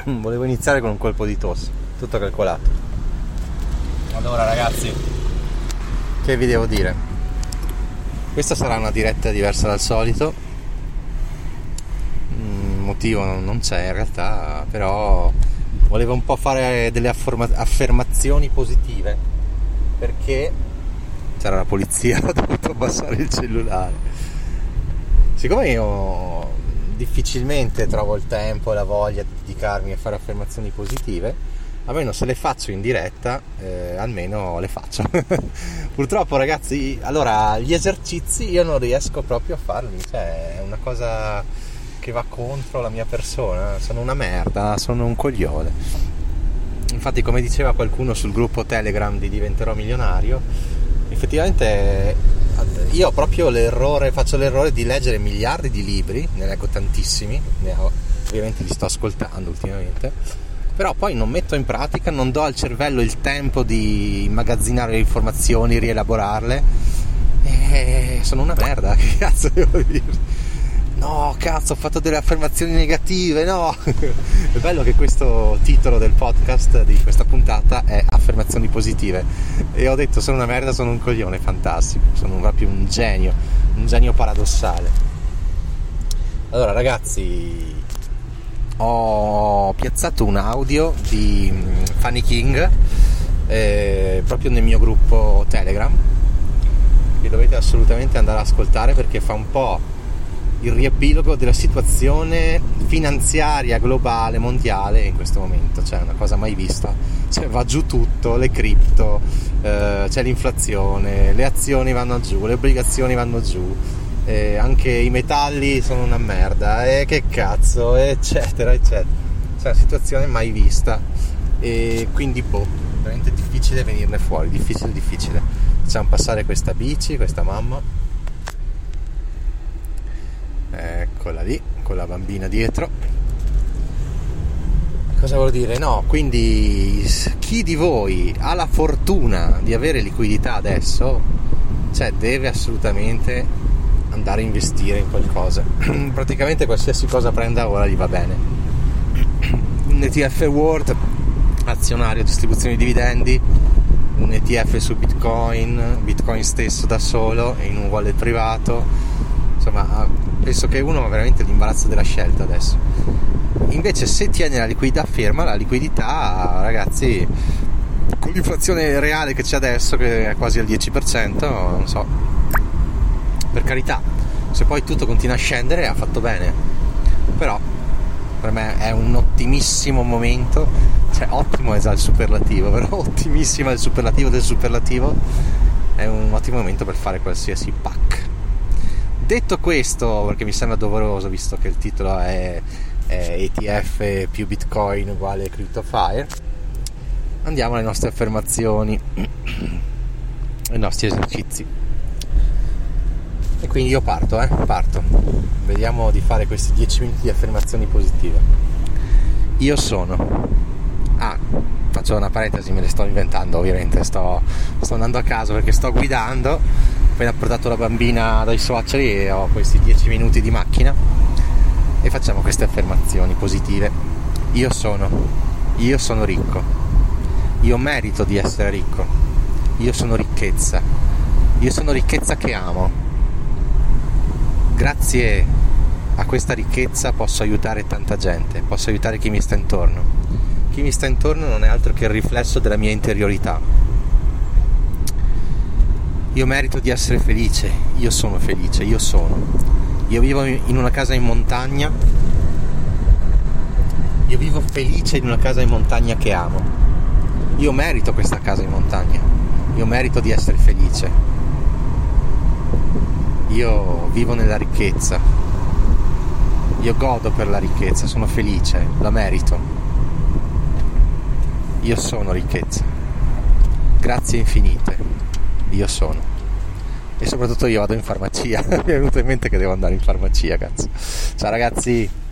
Volevo iniziare con un colpo di tosse, tutto calcolato. Allora ragazzi, che vi devo dire? Questa sarà una diretta diversa dal solito. Motivo non c'è in realtà, però volevo un po' fare delle affermazioni positive, perché c'era la polizia, ho dovuto abbassare il cellulare. Siccome io difficilmente trovo il tempo e la voglia di dedicarmi a fare affermazioni positive, almeno se le faccio in diretta, almeno le faccio. Purtroppo ragazzi, allora gli esercizi io non riesco proprio a farli, cioè è una cosa che va contro la mia persona, sono una merda, sono un coglione. Infatti, come diceva qualcuno sul gruppo Telegram di Diventerò Milionario, effettivamente io proprio faccio l'errore di leggere miliardi di libri, ne leggo tantissimi, ovviamente li sto ascoltando ultimamente, però poi non metto in pratica, non do al cervello il tempo di immagazzinare le informazioni, rielaborarle, e sono una merda, che cazzo devo dire? No, cazzo, ho fatto delle affermazioni negative, no! È bello che questo titolo del podcast di questa puntata è affermazioni positive, e ho detto sono una merda, sono un coglione, fantastico, sono proprio un genio paradossale. Allora ragazzi, ho piazzato un audio di Funny King proprio nel mio gruppo Telegram, che dovete assolutamente andare ad ascoltare, perché fa un po' il riepilogo della situazione finanziaria globale, mondiale in questo momento, cioè una cosa mai vista, cioè va giù tutto, le cripto, c'è l'inflazione, le azioni vanno giù, le obbligazioni vanno giù, anche i metalli sono una merda, che cazzo, eccetera eccetera, cioè una situazione mai vista, e quindi veramente difficile venirne fuori, difficile. Facciamo passare questa bici, questa mamma, eccola lì con la bambina dietro. Cosa vuol dire? No, quindi chi di voi ha la fortuna di avere liquidità adesso, cioè deve assolutamente andare a investire in qualcosa. Praticamente qualsiasi cosa prenda ora gli va bene. Un ETF World, azionario, distribuzione di dividendi, un ETF su Bitcoin stesso da solo e in un wallet privato. Insomma, penso che uno ha veramente l'imbarazzo della scelta adesso. Invece se tiene la liquidità ferma, la liquidità, ragazzi, con l'inflazione reale che c'è adesso, che è quasi al 10%, non so, per carità, se poi tutto continua a scendere ha fatto bene, però per me è un ottimissimo momento, cioè ottimo è già il superlativo, però ottimissimo è il superlativo del superlativo, è un ottimo momento per fare qualsiasi pack. Detto questo, perché mi sembra doveroso, visto che il titolo è ETF più Bitcoin uguale CryptoFire, andiamo alle nostre affermazioni, ai nostri esercizi. E quindi io parto. Vediamo di fare questi 10 minuti di affermazioni positive. Io sono... faccio una parentesi, me le sto inventando ovviamente, sto andando a caso perché sto guidando, appena portato la bambina dai suoceri e ho questi 10 minuti di macchina e facciamo queste affermazioni positive. Io sono ricco, io merito di essere ricco, io sono ricchezza che amo, grazie a questa ricchezza posso aiutare tanta gente, posso aiutare chi mi sta intorno non è altro che il riflesso della mia interiorità. Io merito di essere felice, io sono felice, io vivo in una casa in montagna, io vivo felice in una casa in montagna che amo, io merito questa casa in montagna, io merito di essere felice, io vivo nella ricchezza, io godo per la ricchezza, sono felice, la merito, io sono ricchezza, grazie infinite, io sono. E soprattutto io vado in farmacia. Mi è venuto in mente che devo andare in farmacia, cazzo. Ciao ragazzi.